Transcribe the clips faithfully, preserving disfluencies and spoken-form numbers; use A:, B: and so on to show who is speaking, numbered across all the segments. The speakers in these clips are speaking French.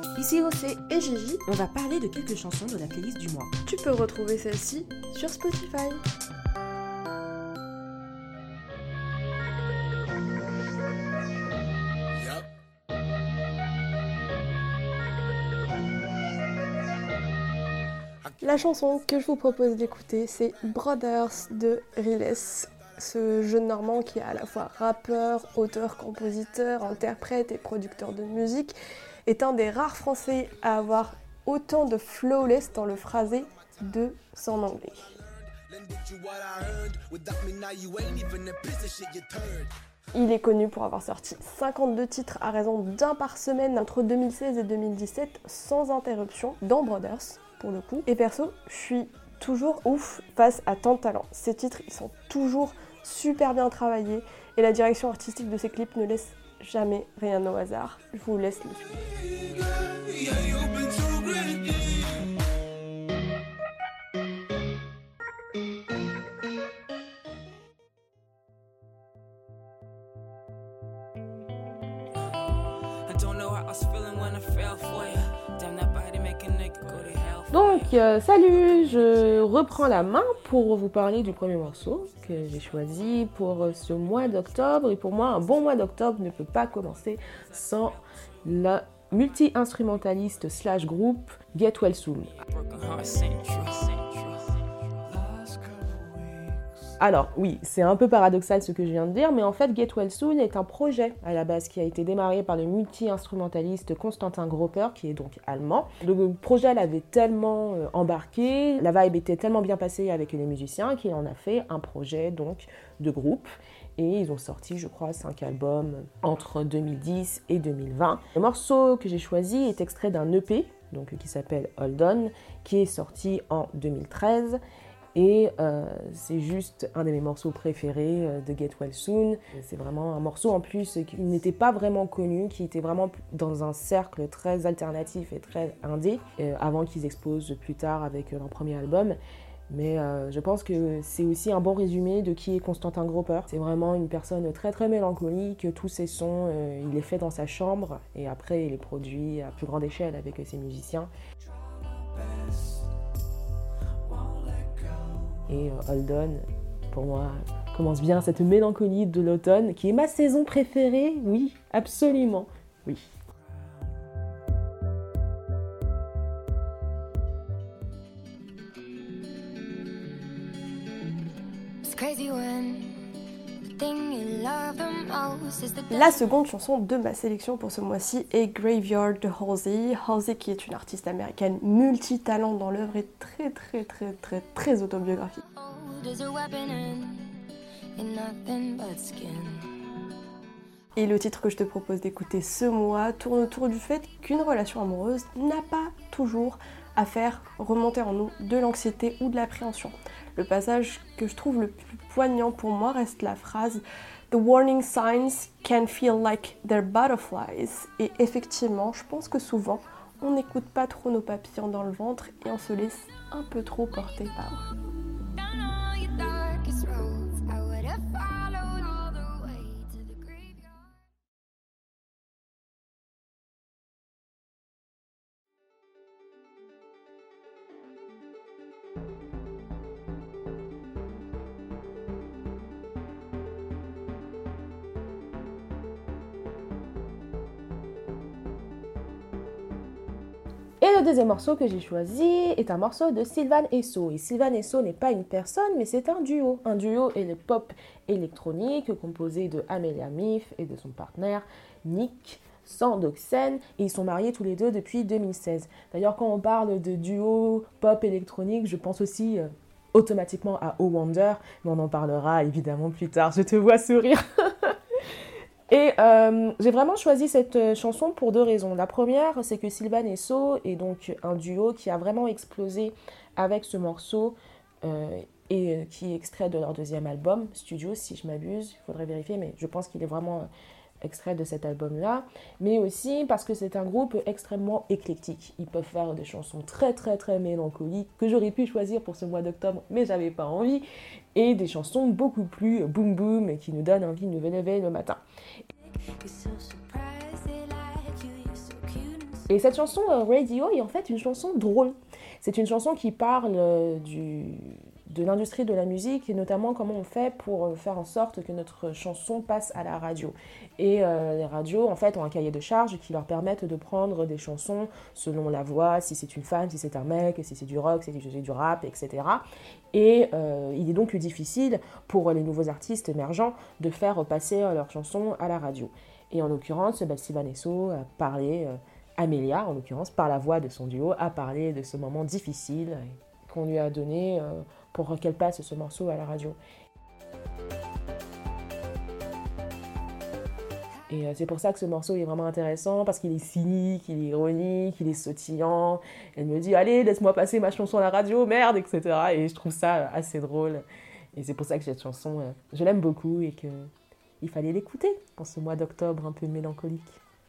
A: Ici Océ et Gigi, on va parler de quelques chansons de la playlist du mois.
B: Tu peux retrouver celle-ci sur Spotify. La chanson que je vous propose d'écouter, c'est Brothers de Riles. Ce jeune normand qui est à la fois rappeur, auteur, compositeur, interprète et producteur de musique est un des rares français à avoir autant de flawless dans le phrasé de son anglais. Il est connu pour avoir sorti cinquante-deux titres à raison d'un par semaine entre deux mille seize et deux mille dix-sept sans interruption, dans Brothers pour le coup. Et perso, je suis toujours ouf face à tant de talent. Ces titres, ils sont toujours super bien travaillés et la direction artistique de ces clips ne laisse jamais rien au hasard. Je vous laisse le suivre.
C: Donc, euh, salut, je reprends la main pour vous parler du premier morceau que j'ai choisi pour ce mois d'octobre. Et pour moi, un bon mois d'octobre ne peut pas commencer sans la multi-instrumentaliste slash groupe Get Well Soon. Alors oui, c'est un peu paradoxal ce que je viens de dire, mais en fait Get Well Soon est un projet à la base qui a été démarré par le multi-instrumentaliste Constantin Gropper, qui est donc allemand. Le projet l'avait tellement embarqué, la vibe était tellement bien passée avec les musiciens qu'il en a fait un projet donc de groupe. Et ils ont sorti, je crois, cinq albums entre deux mille dix et deux mille vingt. Le morceau que j'ai choisi est extrait d'un E P, donc, qui s'appelle Hold On, qui est sorti en deux mille treize. Et euh, c'est juste un de mes morceaux préférés euh, de Get Well Soon. C'est vraiment un morceau en plus qui n'était pas vraiment connu, qui était vraiment dans un cercle très alternatif et très indé, euh, avant qu'ils explosent plus tard avec euh, leur premier album. Mais euh, je pense que c'est aussi un bon résumé de qui est Constantin Gropper. C'est vraiment une personne très très mélancolique, tous ses sons, euh, il les fait dans sa chambre et après il les produit à plus grande échelle avec ses musiciens. Et euh, Hold On, pour moi, commence bien cette mélancolie de l'automne, qui est ma saison préférée, oui, absolument, oui.
B: La seconde chanson de ma sélection pour ce mois-ci est Graveyard de Halsey. Halsey qui est une artiste américaine multitalent dans l'œuvre et très très très très très autobiographique. Et le titre que je te propose d'écouter ce mois tourne autour du fait qu'une relation amoureuse n'a pas toujours à faire remonter en nous de l'anxiété ou de l'appréhension. Le passage que je trouve le plus poignant pour moi reste la phrase « The warning signs can feel like they're butterflies ». Et effectivement, je pense que souvent, on n'écoute pas trop nos papillons dans le ventre et on se laisse un peu trop porter par eux.
C: Et le deuxième morceau que j'ai choisi est un morceau de Sylvan Esso. Et Sylvan Esso n'est pas une personne, mais c'est un duo. Un duo est le pop électronique composé de Amelia Mif et de son partenaire Nick Sandoxen. Et ils sont mariés tous les deux depuis deux mille seize. D'ailleurs, quand on parle de duo pop électronique, je pense aussi euh, automatiquement à Oh Wonder, mais on en parlera évidemment plus tard. Je te vois sourire. Et euh, j'ai vraiment choisi cette chanson pour deux raisons. La première, c'est que Sylvan Esso est donc un duo qui a vraiment explosé avec ce morceau euh, et qui est extrait de leur deuxième album, Studio, si je m'abuse, il faudrait vérifier, mais je pense qu'il est vraiment extrait de cet album-là. Mais aussi parce que c'est un groupe extrêmement éclectique. Ils peuvent faire des chansons très très très mélancoliques que j'aurais pu choisir pour ce mois d'octobre, mais j'avais pas envie, et des chansons beaucoup plus boom boom qui nous donnent envie de nous lever le matin. Et cette chanson euh, Radio est en fait une chanson drôle. C'est une chanson qui parle euh, du, de l'industrie de la musique et notamment comment on fait pour faire en sorte que notre chanson passe à la radio. Et euh, les radios en fait ont un cahier de charges qui leur permettent de prendre des chansons selon la voix, si c'est une femme, si c'est un mec, si c'est du rock, si c'est du rap, et cetera. Et euh, il est donc difficile pour les nouveaux artistes émergents de faire passer leurs chansons à la radio. Et en l'occurrence, Betsy Vanesso a parlé... Euh, Amelia, en l'occurrence, par la voix de son duo, a parlé de ce moment difficile qu'on lui a donné euh, pour qu'elle passe ce morceau à la radio. Et euh, c'est pour ça que ce morceau est vraiment intéressant, parce qu'il est cynique, il est ironique, il est sautillant. Elle me dit « Allez, laisse-moi passer ma chanson à la radio, merde !» et cetera. Et je trouve ça assez drôle. Et c'est pour ça que cette chanson, euh, je l'aime beaucoup et qu'il fallait l'écouter pour ce mois d'octobre un peu mélancolique.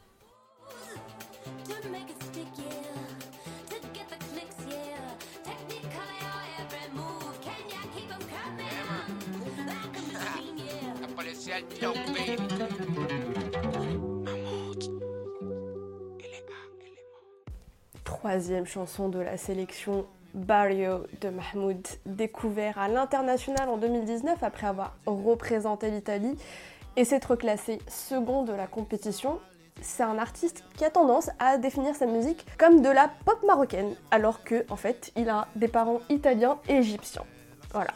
B: Troisième chanson de la sélection, Barrio de Mahmoud, découvert à l'international en deux mille dix-neuf après avoir représenté l'Italie et s'être classé second de la compétition. C'est un artiste qui a tendance à définir sa musique comme de la pop marocaine, alors que en fait, il a des parents italiens et égyptiens. Voilà.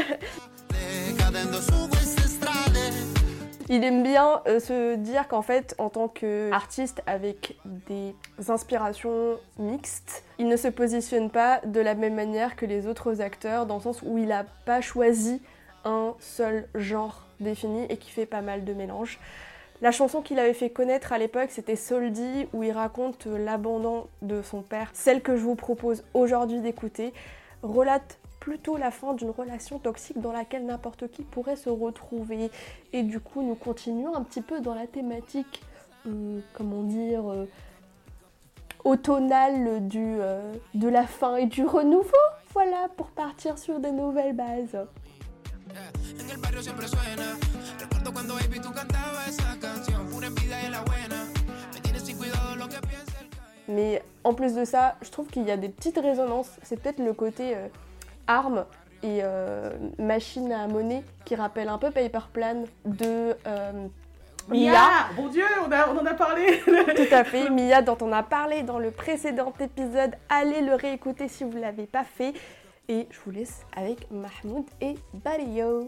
B: Il aime bien euh, se dire qu'en fait, en tant qu'artiste avec des inspirations mixtes, il ne se positionne pas de la même manière que les autres acteurs, dans le sens où il n'a pas choisi un seul genre défini et qui fait pas mal de mélanges. La chanson qu'il avait fait connaître à l'époque, c'était Soldi, où il raconte l'abandon de son père. Celle que je vous propose aujourd'hui d'écouter relate plutôt la fin d'une relation toxique dans laquelle n'importe qui pourrait se retrouver. Et du coup, nous continuons un petit peu dans la thématique, euh, comment dire, euh, automnale du, euh, de la fin et du renouveau. Voilà, pour partir sur des nouvelles bases. Mais en plus de ça, je trouve qu'il y a des petites résonances. C'est peut-être le côté euh, arme et euh, machine à monnaie qui rappelle un peu Paper Plan de euh, Mia.
C: Mia, bon Dieu, on, a, on en a parlé.
B: Tout à fait, Mia dont on a parlé dans le précédent épisode. Allez le réécouter si vous ne l'avez pas fait. Et je vous laisse avec Mahmoud et Barrio.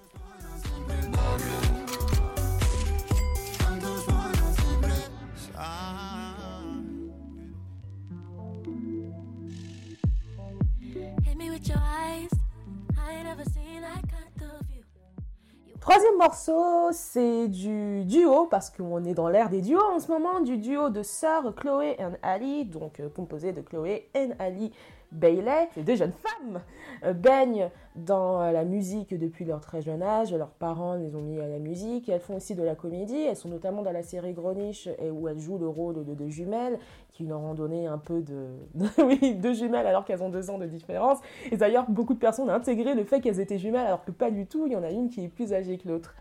C: Troisième morceau, c'est du duo, parce qu'on est dans l'ère des duos en ce moment, du duo de sœurs Chloé et Ali, donc euh, composé de Chloé et Ali Bailey. Ces deux jeunes femmes euh, baignent dans euh, la musique depuis leur très jeune âge, leurs parents les ont mis à la musique, elles font aussi de la comédie, elles sont notamment dans la série Greenwich où elles jouent le rôle de deux jumelles, qui leur ont donné un peu de... oui, deux jumelles alors qu'elles ont deux ans de différence. Et d'ailleurs, beaucoup de personnes ont intégré le fait qu'elles étaient jumelles alors que pas du tout, il y en a une qui est plus âgée que l'autre.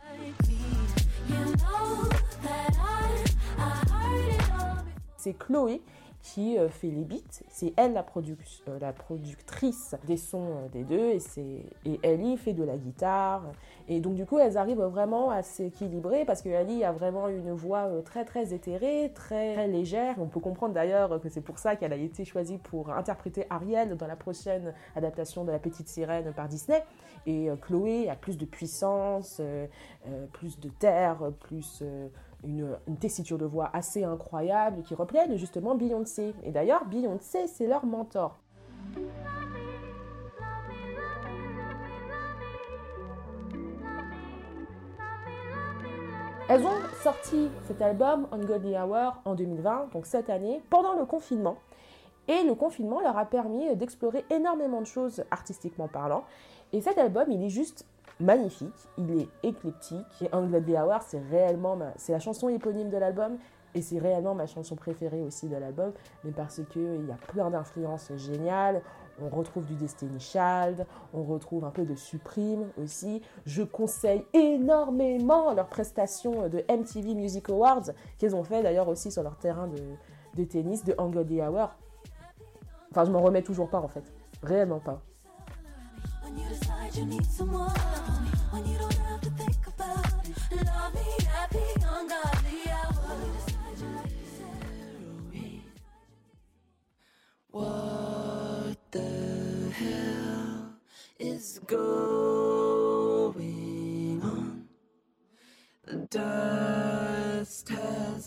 C: C'est Chloé qui euh, fait les beats, c'est elle la, produc- euh, la productrice des sons euh, des deux, et, c'est, et Ellie fait de la guitare, et donc du coup elles arrivent vraiment à s'équilibrer, parce que Ellie a vraiment une voix euh, très très éthérée, très, très légère, on peut comprendre d'ailleurs que c'est pour ça qu'elle a été choisie pour interpréter Ariel dans la prochaine adaptation de La Petite Sirène par Disney, et euh, Chloé a plus de puissance, euh, euh, plus de terre, plus... Euh, Une, une tessiture de voix assez incroyable qui reflète justement Beyoncé. Et d'ailleurs, Beyoncé, c'est leur mentor. Elles ont sorti cet album Ungodly Hour en deux mille vingt, donc cette année, pendant le confinement. Et le confinement leur a permis d'explorer énormément de choses artistiquement parlant. Et cet album, il est juste magnifique, il est éclectique. Et Ungodly Hour, c'est réellement ma... c'est la chanson éponyme de l'album et c'est réellement ma chanson préférée aussi de l'album, mais parce qu'il y a plein d'influences géniales. On retrouve du Destiny Child, on retrouve un peu de Supreme aussi. Je conseille énormément leurs prestations de M T V Music Awards, qu'ils ont fait d'ailleurs aussi sur leur terrain de, de tennis de Ungodly Hour. Enfin, je m'en remets toujours pas en fait. Réellement pas.
D: What the hell is going on? The dust has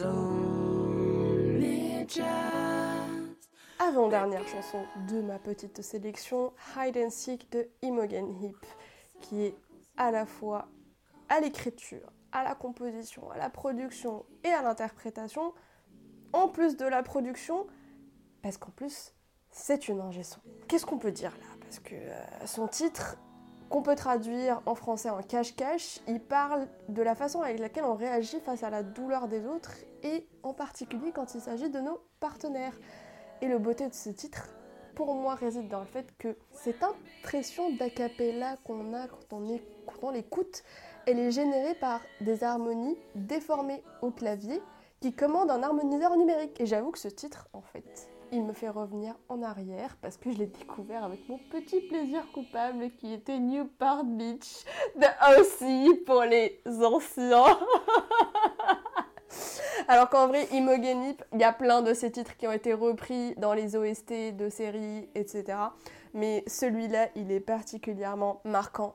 D: only just...
B: Avant-dernière chanson de ma petite sélection, Hide and Seek de Imogen Heap, qui est à la fois à l'écriture, à la composition, à la production et à l'interprétation, en plus de la production, parce qu'en plus, c'est une ingé son. Qu'est-ce qu'on peut dire là? Parce que euh, son titre, qu'on peut traduire en français en cache-cache, il parle de la façon avec laquelle on réagit face à la douleur des autres, et en particulier quand il s'agit de nos partenaires. Et le beauté de ce titre, pour moi, réside dans le fait que cette impression d'acapella qu'on a quand on, est, quand on l'écoute, elle est générée par des harmonies déformées au clavier qui commandent un harmoniseur numérique. Et j'avoue que ce titre, en fait, il me fait revenir en arrière parce que je l'ai découvert avec mon petit plaisir coupable qui était Newport Beach de O C pour les anciens. Alors qu'en vrai, Imogen Heap, il y a plein de ces titres qui ont été repris dans les O S T de séries, et cetera. Mais celui-là, il est particulièrement marquant.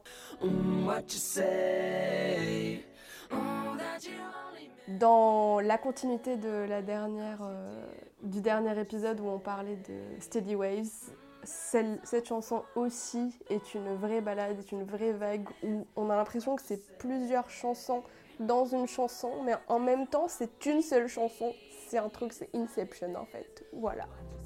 B: Dans la continuité de la dernière, euh, du dernier épisode où on parlait de Steady Waves, celle, cette chanson aussi est une vraie ballade, est une vraie vague où on a l'impression que c'est plusieurs chansons dans une chanson, mais en même temps c'est une seule chanson, c'est un truc, c'est Inception en fait, voilà.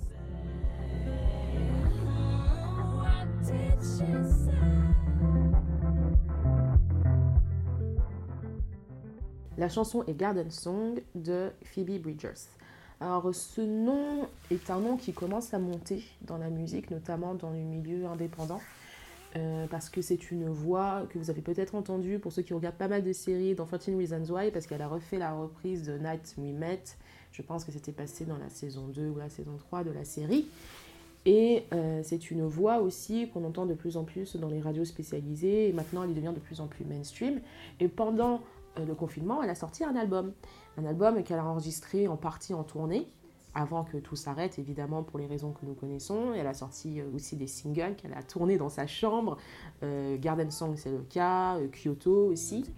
C: La chanson est Garden Song de Phoebe Bridgers. Alors ce nom est un nom qui commence à monter dans la musique, notamment dans le milieu indépendant. Euh, parce que c'est une voix que vous avez peut-être entendue pour ceux qui regardent pas mal de séries dans thirteen Reasons Why, parce qu'elle a refait la reprise de Night We Met. Je pense que c'était passé dans la saison deux ou la saison trois de la série. Et euh, c'est une voix aussi qu'on entend de plus en plus dans les radios spécialisées, et maintenant elle devient de plus en plus mainstream. Et pendant euh, le confinement, elle a sorti un album. Un album qu'elle a enregistré en partie en tournée, avant que tout s'arrête, évidemment, pour les raisons que nous connaissons. Elle a sorti aussi des singles qu'elle a tournés dans sa chambre. Euh, Garden Song, c'est le cas. Euh, Kyoto aussi.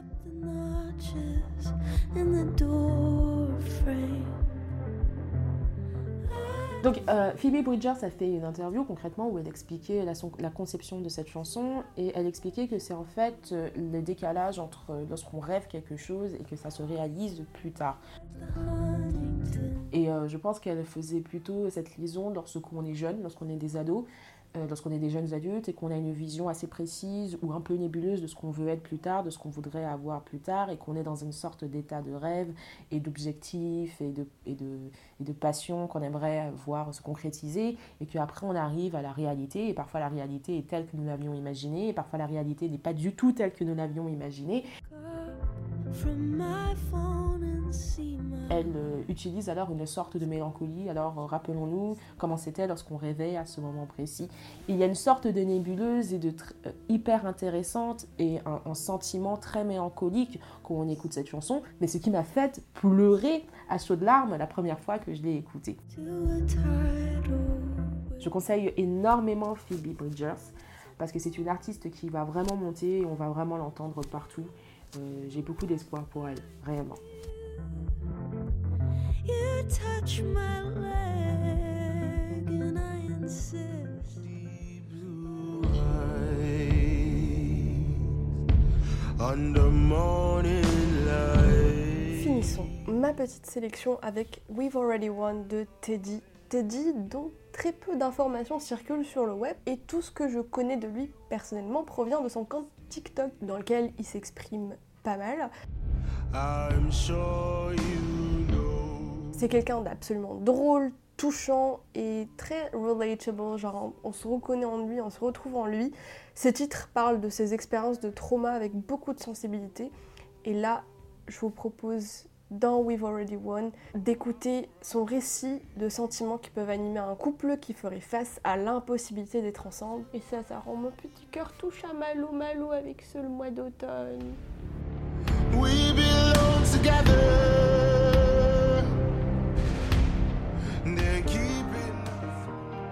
C: Donc, euh, Phoebe Bridgers a fait une interview concrètement où elle expliquait la, son, la conception de cette chanson, et elle expliquait que c'est en fait euh, le décalage entre euh, lorsqu'on rêve quelque chose et que ça se réalise plus tard. Et euh, je pense qu'elle faisait plutôt cette liaison lorsqu'on est jeune, lorsqu'on est des ados, euh, lorsqu'on est des jeunes adultes et qu'on a une vision assez précise ou un peu nébuleuse de ce qu'on veut être plus tard, de ce qu'on voudrait avoir plus tard, et qu'on est dans une sorte d'état de rêve et d'objectif et de, et de, et de passion qu'on aimerait voir se concrétiser, et qu'après on arrive à la réalité, et parfois la réalité est telle que nous l'avions imaginée, et parfois la réalité n'est pas du tout telle que nous l'avions imaginée. Elle euh, utilise alors une sorte de mélancolie. Alors euh, rappelons-nous comment c'était lorsqu'on rêvait à ce moment précis. Il y a une sorte de nébuleuse et de tr- euh, hyper intéressante et un, un sentiment très mélancolique quand on écoute cette chanson, mais ce qui m'a fait pleurer à chaudes larmes la première fois que je l'ai écoutée. Je conseille énormément Phoebe Bridgers parce que c'est une artiste qui va vraiment monter et on va vraiment l'entendre partout. Euh, j'ai beaucoup d'espoir pour elle, réellement. You touch my leg and I insist. Deep blue eyes under morning light.
B: Finissons ma petite sélection avec We've Already Won de Teddy. Teddy dont très peu d'informations circulent sur le web, et tout ce que je connais de lui personnellement provient de son compte TikTok dans lequel il s'exprime pas mal.
D: I'm sure you know.
B: C'est quelqu'un d'absolument drôle, touchant et très relatable, genre on se reconnaît en lui, on se retrouve en lui. Ses titres parlent de ses expériences de trauma avec beaucoup de sensibilité, et là je vous propose dans We've Already Won, d'écouter son récit de sentiments qui peuvent animer un couple qui ferait face à l'impossibilité d'être ensemble. Et ça, ça rend mon petit cœur tout chamallow malou avec ce le mois d'automne.
D: We belong together. They're keeping us.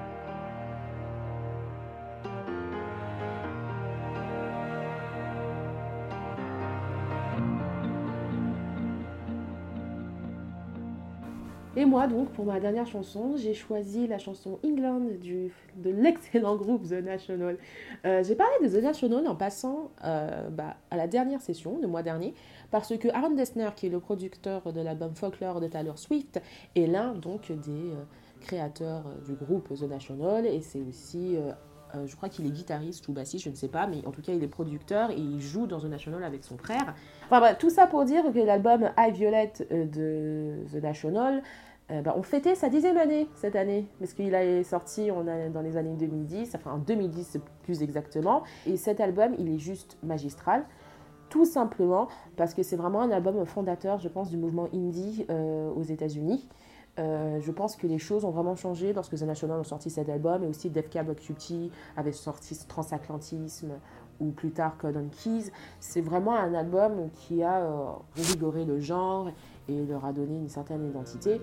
C: Et moi donc, pour ma dernière chanson, j'ai choisi la chanson England du, de l'excellent groupe The National. Euh, j'ai parlé de The National en passant euh, bah, à la dernière session, le mois dernier, parce que Aaron Dessner, qui est le producteur de l'album Folklore de Taylor Swift, est l'un donc des euh, créateurs euh, du groupe The National, et c'est aussi... Euh, Euh, je crois qu'il est guitariste ou bassiste, je ne sais pas, mais en tout cas il est producteur et il joue dans The National avec son frère. Enfin bref, tout ça pour dire que l'album I Violet euh, de The National, euh, bah, on fêtait sa dixième année cette année, parce qu'il est sorti on a, dans les années deux mille dix, enfin en deux mille dix plus exactement, et cet album il est juste magistral. Tout simplement parce que c'est vraiment un album fondateur, je pense, du mouvement indie euh, aux États-Unis. Euh, je pense que les choses ont vraiment changé lorsque The National ont sorti cet album, et aussi Def Cab Cutie avait sorti Transatlantisme ou plus tard Code on Keys. C'est vraiment un album qui a euh, revigoré le genre et leur a donné une certaine identité.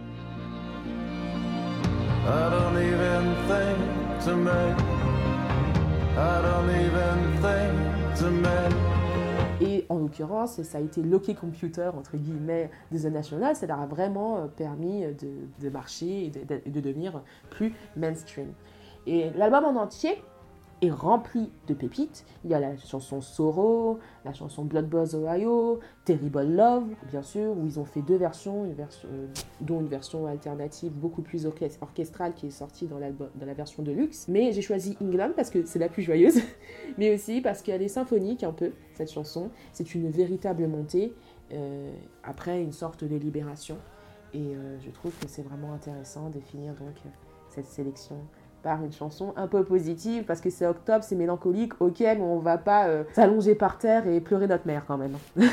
D: I don't even think to me. I don't even think to me.
C: Et en l'occurrence, ça a été l'Ok Computer, entre guillemets, de The National. Ça leur a vraiment permis de, de marcher et de, de, de devenir plus mainstream. Et l'album en entier est rempli de pépites. Il y a la chanson Sorrow, la chanson Blood Buzz Ohio, Terrible Love, bien sûr, où ils ont fait deux versions, une version dont une version alternative beaucoup plus orchestrale qui est sortie dans, dans la version de luxe. Mais j'ai choisi England parce que c'est la plus joyeuse, mais aussi parce qu'elle est symphonique un peu, cette chanson. C'est une véritable montée, euh, après une sorte de libération. Et euh, je trouve que c'est vraiment intéressant de finir donc cette sélection par une chanson un peu positive, parce que c'est octobre, c'est mélancolique, ok, mais on va pas euh, s'allonger par terre et pleurer notre mère quand même.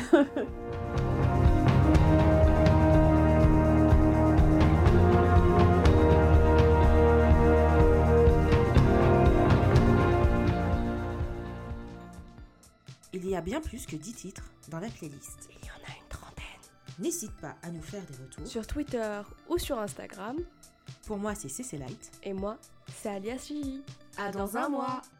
A: Il y a bien plus que dix titres dans la playlist.
B: Il y en a une trentaine.
A: N'hésite pas à nous faire des retours.
B: Sur Twitter ou sur Instagram.
A: Pour moi, c'est C C Light.
B: Et moi, c'est Alias Gigi.
A: À dans un mois.